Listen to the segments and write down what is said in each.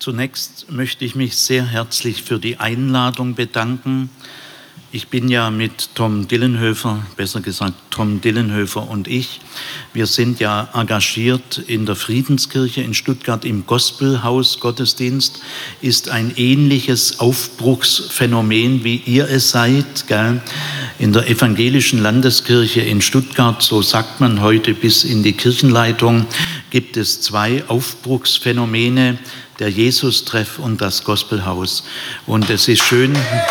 Zunächst möchte ich mich sehr herzlich für die Einladung bedanken. Ich bin ja mit Tom Dillenhöfer, besser gesagt Tom Dillenhöfer und ich, wir sind ja engagiert in der Friedenskirche in Stuttgart im Gospelhaus. Gottesdienst ist ein ähnliches Aufbruchsphänomen, wie ihr es seid, gell? In der evangelischen Landeskirche in Stuttgart, so sagt man heute bis in die Kirchenleitung, gibt es zwei Aufbruchsphänomene, der Jesus-Treff und das Gospelhaus. Und es ist schön...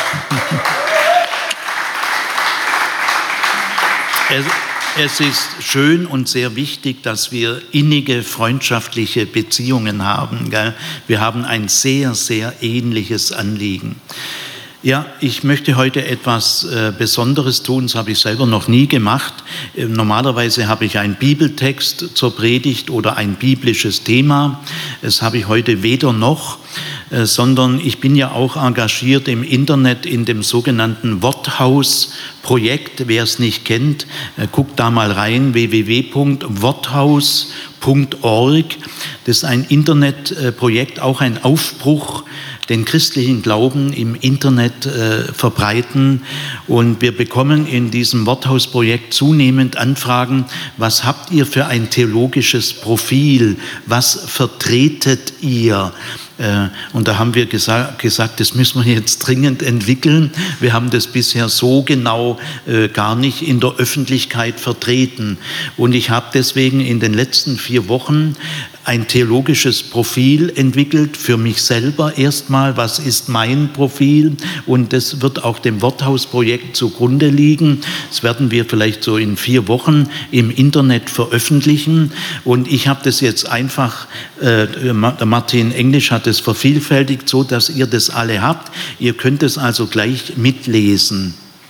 Es ist schön und sehr wichtig, dass wir innige freundschaftliche Beziehungen haben. Gell? Wir haben ein sehr, sehr ähnliches Anliegen. Ja, ich möchte heute etwas Besonderes tun, das habe ich selber noch nie gemacht. Normalerweise habe ich einen Bibeltext zur Predigt oder ein biblisches Thema. Das habe ich heute weder noch, sondern ich bin ja auch engagiert im Internet in dem sogenannten Worthaus-Projekt. Wer es nicht kennt, guckt da mal rein, www.worthaus.org. Das ist ein Internetprojekt, auch ein Aufbruch, den christlichen Glauben im Internet verbreiten. Und wir bekommen in diesem Worthausprojekt zunehmend Anfragen, was habt ihr für ein theologisches Profil? Was vertretet ihr? Und da haben wir gesagt, das müssen wir jetzt dringend entwickeln. Wir haben das bisher so genau gar nicht in der Öffentlichkeit vertreten. Und ich habe deswegen in den letzten 4 Wochen ein theologisches Profil entwickelt für mich selber erstmal. Was ist mein Profil? Und das wird auch dem Worthausprojekt zugrunde liegen. Das werden wir vielleicht so in 4 Wochen im Internet veröffentlichen. Und ich habe das jetzt einfach, der Martin Englisch hat es vervielfältigt, so dass ihr das alle habt. Ihr könnt es also gleich mitlesen.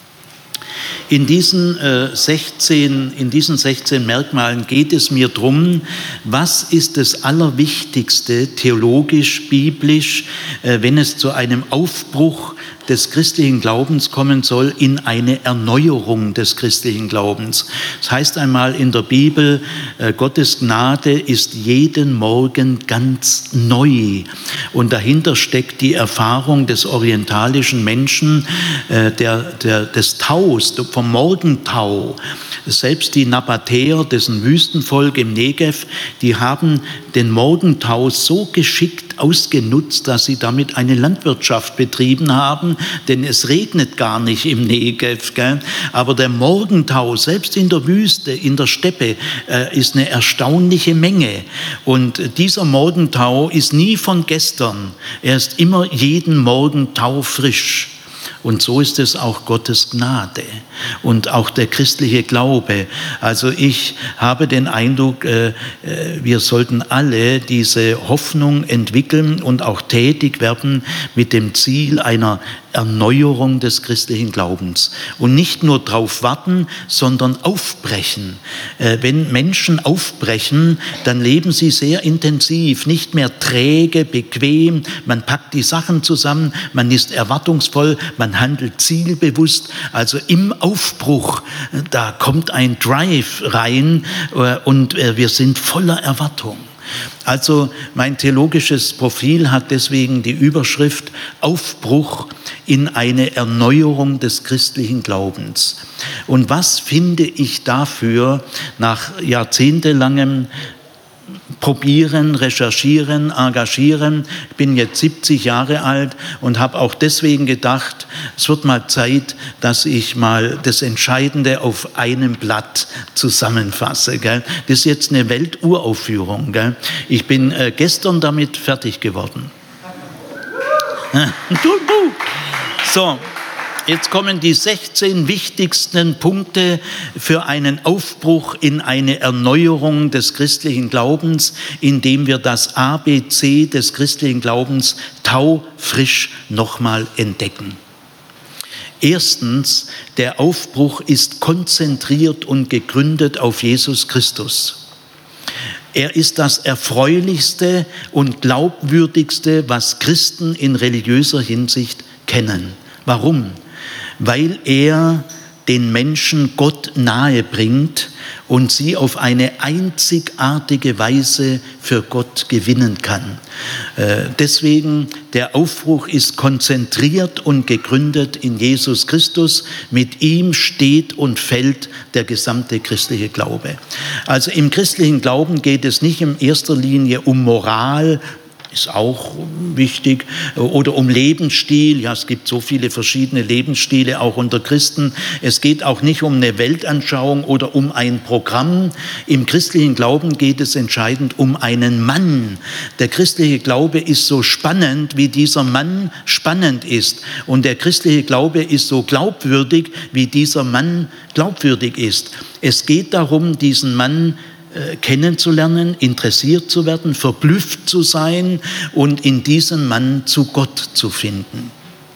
In diesen 16 Merkmalen geht es mir darum, was ist das Allerwichtigste theologisch, biblisch, wenn es zu einem Aufbruch des christlichen Glaubens kommen soll, in eine Erneuerung des christlichen Glaubens. Das heißt einmal in der Bibel, Gottes Gnade ist jeden Morgen ganz neu. Und dahinter steckt die Erfahrung des orientalischen Menschen, des Taus, vom Morgentau. Selbst die Nabatäer, dessen Wüstenvolk im Negev, die haben den Morgentau so geschickt ausgenutzt, dass sie damit eine Landwirtschaft betrieben haben, denn es regnet gar nicht im Negev. Gell? Aber der Morgentau, selbst in der Wüste, in der Steppe, ist eine erstaunliche Menge. Und dieser Morgentau ist nie von gestern. Er ist immer jeden Morgen taufrisch. Und so ist es auch Gottes Gnade und auch der christliche Glaube. Also ich habe den Eindruck, wir sollten alle diese Hoffnung entwickeln und auch tätig werden mit dem Ziel einer Erneuerung des christlichen Glaubens. Und nicht nur drauf warten, sondern aufbrechen. Wenn Menschen aufbrechen, dann leben sie sehr intensiv, nicht mehr träge, bequem. Man packt die Sachen zusammen, man ist erwartungsvoll, man handelt zielbewusst. Also im Aufbruch, da kommt ein Drive rein und wir sind voller Erwartung. Also mein theologisches Profil hat deswegen die Überschrift Aufbruch in eine Erneuerung des christlichen Glaubens. Und was finde ich dafür nach jahrzehntelangem Probieren, recherchieren, engagieren? Ich bin jetzt 70 Jahre alt und habe auch deswegen gedacht, es wird mal Zeit, dass ich mal das Entscheidende auf einem Blatt zusammenfasse. Gell? Das ist jetzt eine Welturaufführung. Gell? Ich bin gestern damit fertig geworden. So. Jetzt kommen die 16 wichtigsten Punkte für einen Aufbruch in eine Erneuerung des christlichen Glaubens, indem wir das ABC des christlichen Glaubens taufrisch nochmal entdecken. Erstens, der Aufbruch ist konzentriert und gegründet auf Jesus Christus. Er ist das Erfreulichste und Glaubwürdigste, was Christen in religiöser Hinsicht kennen. Warum? Weil er den Menschen Gott nahe bringt und sie auf eine einzigartige Weise für Gott gewinnen kann. Deswegen, der Aufbruch ist konzentriert und gegründet in Jesus Christus. Mit ihm steht und fällt der gesamte christliche Glaube. Also im christlichen Glauben geht es nicht in erster Linie um Moral, ist auch wichtig, oder um Lebensstil. Ja, es gibt so viele verschiedene Lebensstile, auch unter Christen. Es geht auch nicht um eine Weltanschauung oder um ein Programm. Im christlichen Glauben geht es entscheidend um einen Mann. Der christliche Glaube ist so spannend, wie dieser Mann spannend ist. Und der christliche Glaube ist so glaubwürdig, wie dieser Mann glaubwürdig ist. Es geht darum, diesen Mann kennenzulernen, interessiert zu werden, verblüfft zu sein und in diesem Mann zu Gott zu finden.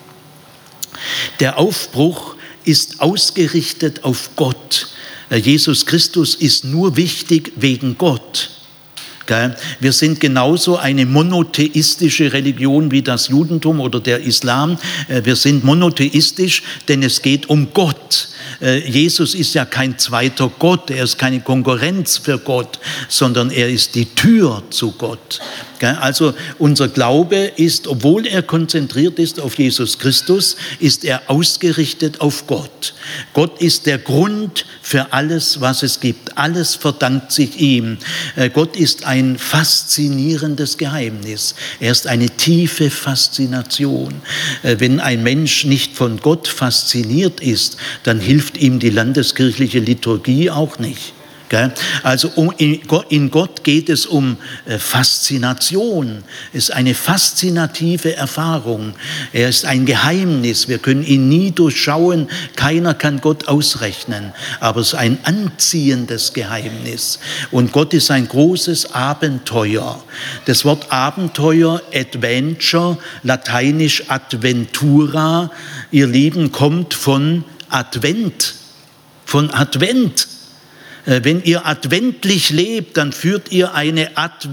Der Aufbruch ist ausgerichtet auf Gott. Jesus Christus ist nur wichtig wegen Gott. Wir sind genauso eine monotheistische Religion wie das Judentum oder der Islam. Wir sind monotheistisch, denn es geht um Gott. Jesus ist ja kein zweiter Gott, er ist keine Konkurrenz für Gott, sondern er ist die Tür zu Gott. Also unser Glaube ist, obwohl er konzentriert ist auf Jesus Christus, ist er ausgerichtet auf Gott. Gott ist der Grund für alles, was es gibt. Alles verdankt sich ihm. Gott ist ein faszinierendes Geheimnis. Er ist eine tiefe Faszination. Wenn ein Mensch nicht von Gott fasziniert ist, dann hilft ihm die landeskirchliche Liturgie auch nicht. Also in Gott geht es um Faszination. Es ist eine faszinative Erfahrung. Er ist ein Geheimnis. Wir können ihn nie durchschauen. Keiner kann Gott ausrechnen. Aber es ist ein anziehendes Geheimnis. Und Gott ist ein großes Abenteuer. Das Wort Abenteuer, Adventure, lateinisch Adventura, ihr Lieben, kommt von Advent. Von Advent. Wenn ihr adventlich lebt, dann führt ihr eine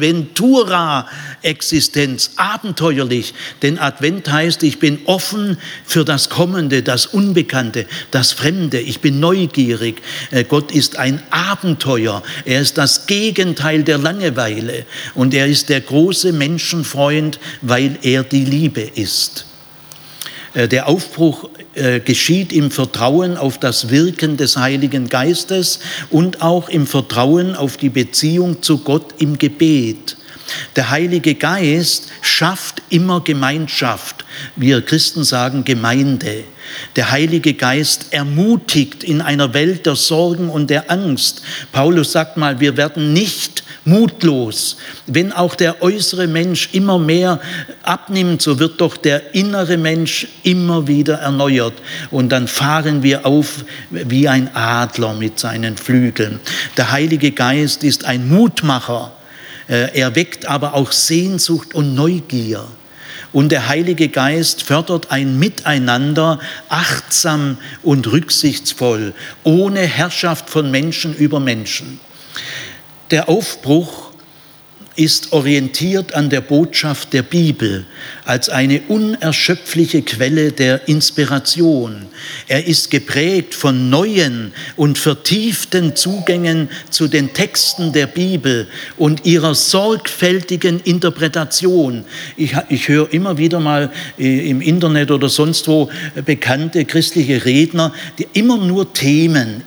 Adventura-Existenz, abenteuerlich. Denn Advent heißt, ich bin offen für das Kommende, das Unbekannte, das Fremde. Ich bin neugierig. Gott ist ein Abenteuer. Er ist das Gegenteil der Langeweile. Und er ist der große Menschenfreund, weil er die Liebe ist. Der Aufbruch geschieht im Vertrauen auf das Wirken des Heiligen Geistes und auch im Vertrauen auf die Beziehung zu Gott im Gebet. Der Heilige Geist schafft immer Gemeinschaft. Wir Christen sagen Gemeinde. Der Heilige Geist ermutigt in einer Welt der Sorgen und der Angst. Paulus sagt mal, wir werden nicht mutlos. Wenn auch der äußere Mensch immer mehr abnimmt, so wird doch der innere Mensch immer wieder erneuert. Und dann fahren wir auf wie ein Adler mit seinen Flügeln. Der Heilige Geist ist ein Mutmacher. Er weckt aber auch Sehnsucht und Neugier. Und der Heilige Geist fördert ein Miteinander achtsam und rücksichtsvoll, ohne Herrschaft von Menschen über Menschen. Der Aufbruch ist orientiert an der Botschaft der Bibel als eine unerschöpfliche Quelle der Inspiration. Er ist geprägt von neuen und vertieften Zugängen zu den Texten der Bibel und ihrer sorgfältigen Interpretation. Ich höre immer wieder mal im Internet oder sonst wo bekannte christliche Redner, die immer nur Themen.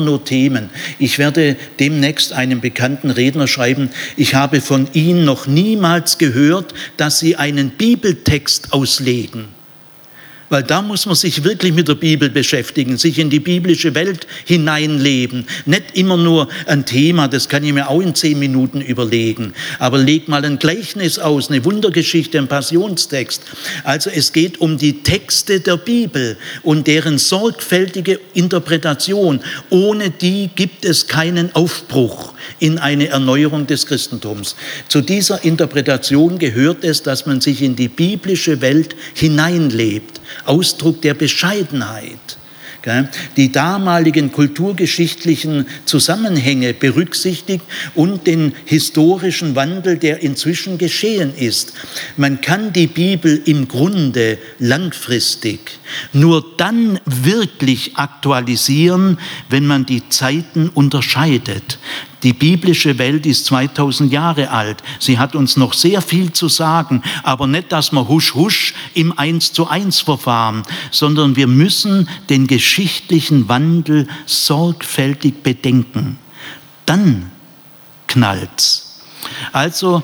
Ich werde demnächst einem bekannten Redner schreiben, ich habe von Ihnen noch niemals gehört, dass Sie einen Bibeltext auslegen. Weil da muss man sich wirklich mit der Bibel beschäftigen, sich in die biblische Welt hineinleben. Nicht immer nur ein Thema, das kann ich mir auch in 10 Minuten überlegen. Aber leg mal ein Gleichnis aus, eine Wundergeschichte, ein Passionstext. Also es geht um die Texte der Bibel und deren sorgfältige Interpretation. Ohne die gibt es keinen Aufbruch in eine Erneuerung des Christentums. Zu dieser Interpretation gehört es, dass man sich in die biblische Welt hineinlebt. Ausdruck der Bescheidenheit. die damaligen kulturgeschichtlichen Zusammenhänge berücksichtigt und den historischen Wandel, der inzwischen geschehen ist. Man kann die Bibel im Grunde langfristig nur dann wirklich aktualisieren, wenn man die Zeiten unterscheidet. Die biblische Welt ist 2000 Jahre alt. Sie hat uns noch sehr viel zu sagen, aber nicht, dass wir husch husch im 1:1 verfahren, sondern wir müssen den geschichtlichen Wandel sorgfältig bedenken. Dann knallt's. Also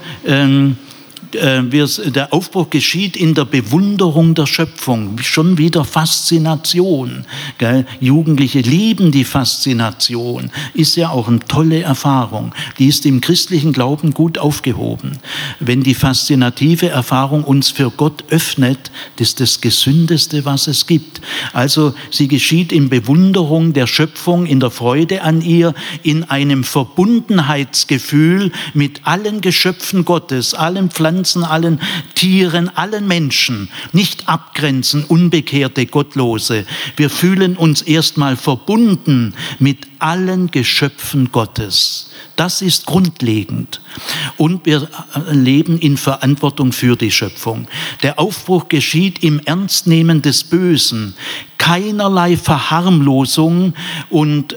der Aufbruch geschieht in der Bewunderung der Schöpfung, schon wieder Faszination. Gell? Jugendliche lieben die Faszination, ist ja auch eine tolle Erfahrung. Die ist im christlichen Glauben gut aufgehoben. Wenn die faszinative Erfahrung uns für Gott öffnet, das ist das Gesündeste, was es gibt. Also sie geschieht in Bewunderung der Schöpfung, in der Freude an ihr, in einem Verbundenheitsgefühl mit allen Geschöpfen Gottes, allen Pflanzen, allen Tieren, allen Menschen, nicht abgrenzen, Unbekehrte, Gottlose. Wir fühlen uns erstmal verbunden mit allen Geschöpfen Gottes. Das ist grundlegend. Und wir leben in Verantwortung für die Schöpfung. Der Aufbruch geschieht im Ernstnehmen des Bösen. Keinerlei Verharmlosung und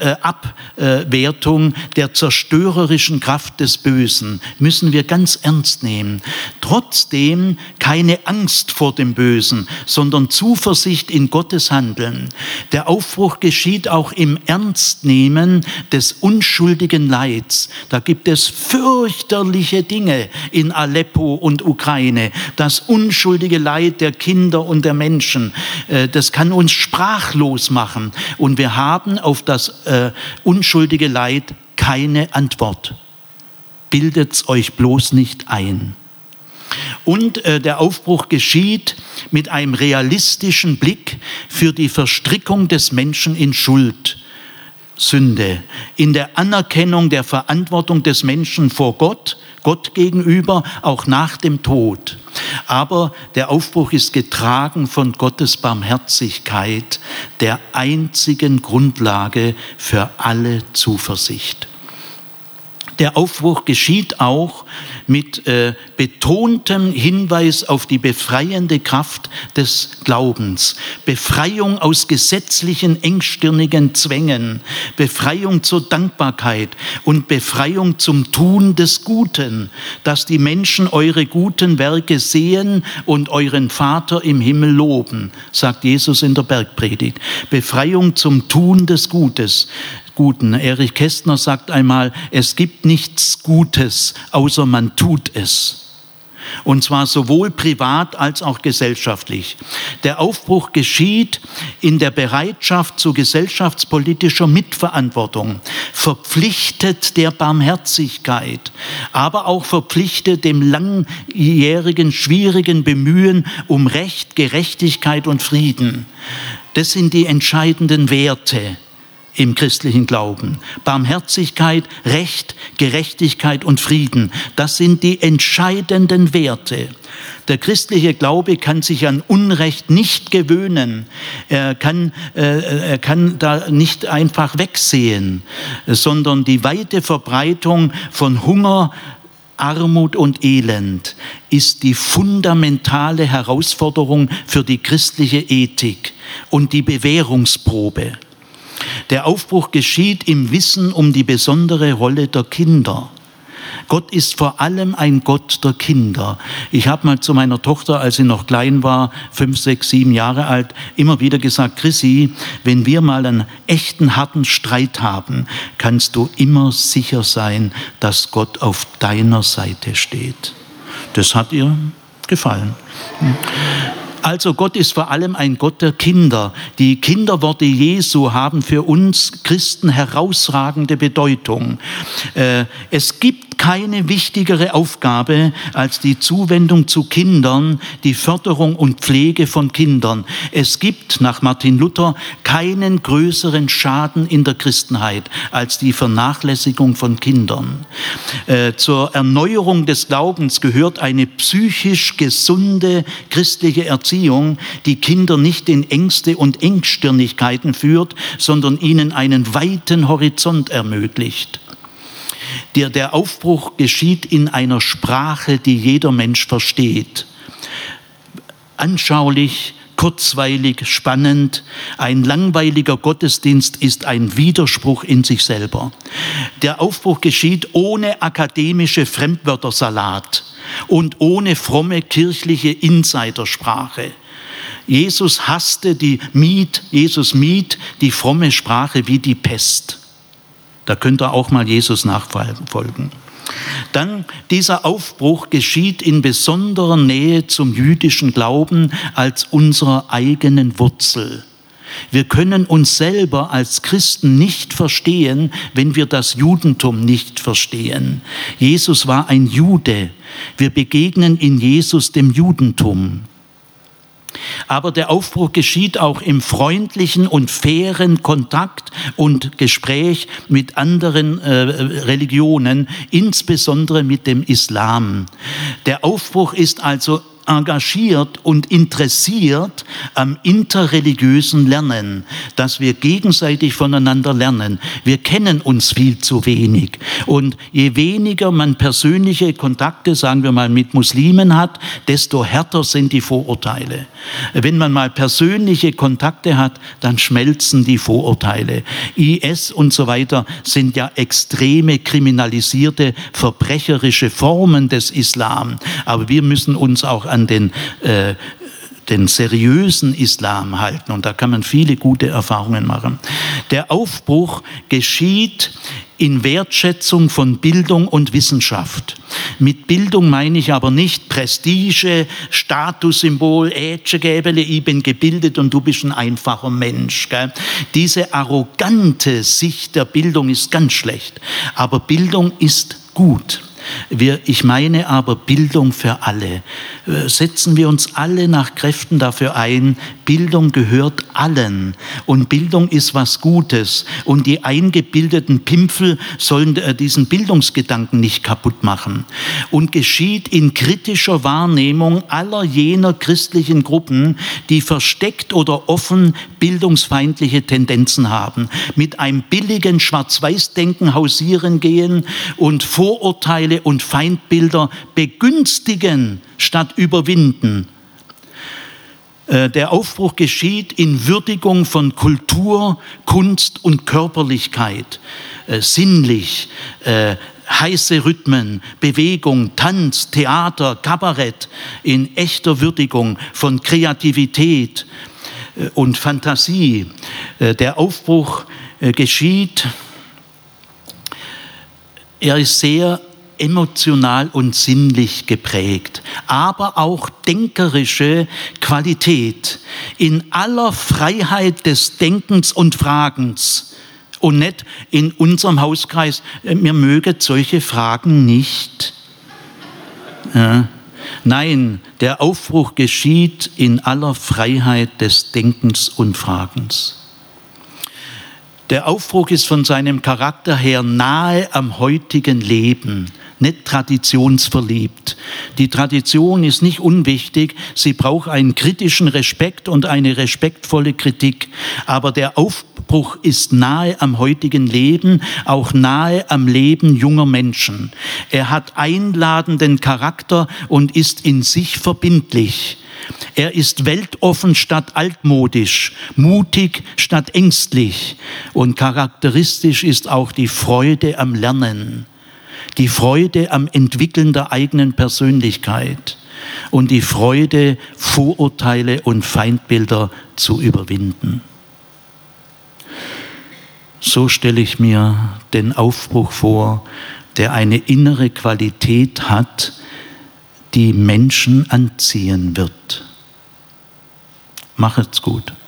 Abwertung der zerstörerischen Kraft des Bösen müssen wir ganz ernst nehmen. Trotzdem keine Angst vor dem Bösen, sondern Zuversicht in Gottes Handeln. Der Aufbruch geschieht auch im Ernstnehmen des unschuldigen Leids. Da gibt es fürchterliche Dinge in Aleppo und Ukraine. Das unschuldige Leid der Kinder und der Menschen, das kann uns sprachlos machen. Und wir haben auf das unschuldige Leid keine Antwort. Bildet's euch bloß nicht ein. Und der Aufbruch geschieht mit einem realistischen Blick für die Verstrickung des Menschen in Schuld, Sünde, in der Anerkennung der Verantwortung des Menschen vor Gott gegenüber, auch nach dem Tod. Aber der Aufbruch ist getragen von Gottes Barmherzigkeit, der einzigen Grundlage für alle Zuversicht. Der Aufbruch geschieht auch mit betontem Hinweis auf die befreiende Kraft des Glaubens. Befreiung aus gesetzlichen, engstirnigen Zwängen, Befreiung zur Dankbarkeit und Befreiung zum Tun des Guten, dass die Menschen eure guten Werke sehen und euren Vater im Himmel loben, sagt Jesus in der Bergpredigt. Befreiung zum Tun des Guten. Erich Kästner sagt einmal, es gibt nichts Gutes, außer man tut es. Und zwar sowohl privat als auch gesellschaftlich. Der Aufbruch geschieht in der Bereitschaft zu gesellschaftspolitischer Mitverantwortung, verpflichtet der Barmherzigkeit, aber auch verpflichtet dem langjährigen, schwierigen Bemühen um Recht, Gerechtigkeit und Frieden. Das sind die entscheidenden Werte im christlichen Glauben. Barmherzigkeit, Recht, Gerechtigkeit und Frieden. Das sind die entscheidenden Werte. Der christliche Glaube kann sich an Unrecht nicht gewöhnen. Er kann da nicht einfach wegsehen, sondern die weite Verbreitung von Hunger, Armut und Elend ist die fundamentale Herausforderung für die christliche Ethik und die Bewährungsprobe. Der Aufbruch geschieht im Wissen um die besondere Rolle der Kinder. Gott ist vor allem ein Gott der Kinder. Ich habe mal zu meiner Tochter, als sie noch klein war, 5, 6, 7 Jahre alt, immer wieder gesagt, Chrissy, wenn wir mal einen echten harten Streit haben, kannst du immer sicher sein, dass Gott auf deiner Seite steht. Das hat ihr gefallen. Also Gott ist vor allem ein Gott der Kinder. Die Kinderworte Jesu haben für uns Christen herausragende Bedeutung. Es gibt keine wichtigere Aufgabe als die Zuwendung zu Kindern, die Förderung und Pflege von Kindern. Es gibt nach Martin Luther keinen größeren Schaden in der Christenheit als die Vernachlässigung von Kindern. Zur Erneuerung des Glaubens gehört eine psychisch gesunde christliche Erziehung Erziehung die Kinder nicht in Ängste und Engstirnigkeiten führt, sondern ihnen einen weiten Horizont ermöglicht. Der Aufbruch geschieht in einer Sprache, die jeder Mensch versteht. Anschaulich, kurzweilig, spannend. Ein langweiliger Gottesdienst ist ein Widerspruch in sich selber. Der Aufbruch geschieht ohne akademische Fremdwörtersalat und ohne fromme kirchliche Insidersprache. Jesus mied die fromme Sprache wie die Pest. Da könnt ihr auch mal Jesus nachfolgen. Dann, dieser Aufbruch geschieht in besonderer Nähe zum jüdischen Glauben als unserer eigenen Wurzel. Wir können uns selber als Christen nicht verstehen, wenn wir das Judentum nicht verstehen. Jesus war ein Jude. Wir begegnen in Jesus dem Judentum. Aber der Aufbruch geschieht auch im freundlichen und fairen Kontakt und Gespräch mit anderen Religionen, insbesondere mit dem Islam. Der Aufbruch ist also engagiert und interessiert am interreligiösen Lernen, dass wir gegenseitig voneinander lernen. Wir kennen uns viel zu wenig. Und je weniger man persönliche Kontakte, sagen wir mal, mit Muslimen hat, desto härter sind die Vorurteile. Wenn man mal persönliche Kontakte hat, dann schmelzen die Vorurteile. IS und so weiter sind ja extreme, kriminalisierte, verbrecherische Formen des Islam. Aber wir müssen uns auch an den seriösen Islam halten. Und da kann man viele gute Erfahrungen machen. Der Aufbruch geschieht in Wertschätzung von Bildung und Wissenschaft. Mit Bildung meine ich aber nicht Prestige, Statussymbol, ich bin gebildet und du bist ein einfacher Mensch. Gell? Diese arrogante Sicht der Bildung ist ganz schlecht. Aber Bildung ist gut. Ich meine aber Bildung für alle. Setzen wir uns alle nach Kräften dafür ein. Bildung gehört allen und Bildung ist was Gutes. Und die eingebildeten Pimpfel sollen diesen Bildungsgedanken nicht kaputt machen. Und geschieht in kritischer Wahrnehmung aller jener christlichen Gruppen, die versteckt oder offen bildungsfeindliche Tendenzen haben, mit einem billigen Schwarz-Weiß-Denken hausieren gehen und Vorurteile und Feindbilder begünstigen statt überwinden. Der Aufbruch geschieht in Würdigung von Kultur, Kunst und Körperlichkeit, sinnlich, heiße Rhythmen, Bewegung, Tanz, Theater, Kabarett, in echter Würdigung von Kreativität und Fantasie. Der Aufbruch geschieht, er ist sehr emotional und sinnlich geprägt, aber auch denkerische Qualität in aller Freiheit des Denkens und Fragens und nicht in unserem Hauskreis, mir mögen solche Fragen nicht. Ja. Nein, der Aufbruch geschieht in aller Freiheit des Denkens und Fragens. Der Aufbruch ist von seinem Charakter her nahe am heutigen Leben, nicht traditionsverliebt. Die Tradition ist nicht unwichtig, sie braucht einen kritischen Respekt und eine respektvolle Kritik. Aber der Aufbruch ist nahe am heutigen Leben, auch nahe am Leben junger Menschen. Er hat einladenden Charakter und ist in sich verbindlich. Er ist weltoffen statt altmodisch, mutig statt ängstlich. Und charakteristisch ist auch die Freude am Lernen, die Freude am Entwickeln der eigenen Persönlichkeit und die Freude, Vorurteile und Feindbilder zu überwinden. So stelle ich mir den Aufbruch vor, der eine innere Qualität hat, die Menschen anziehen wird. Macht's gut.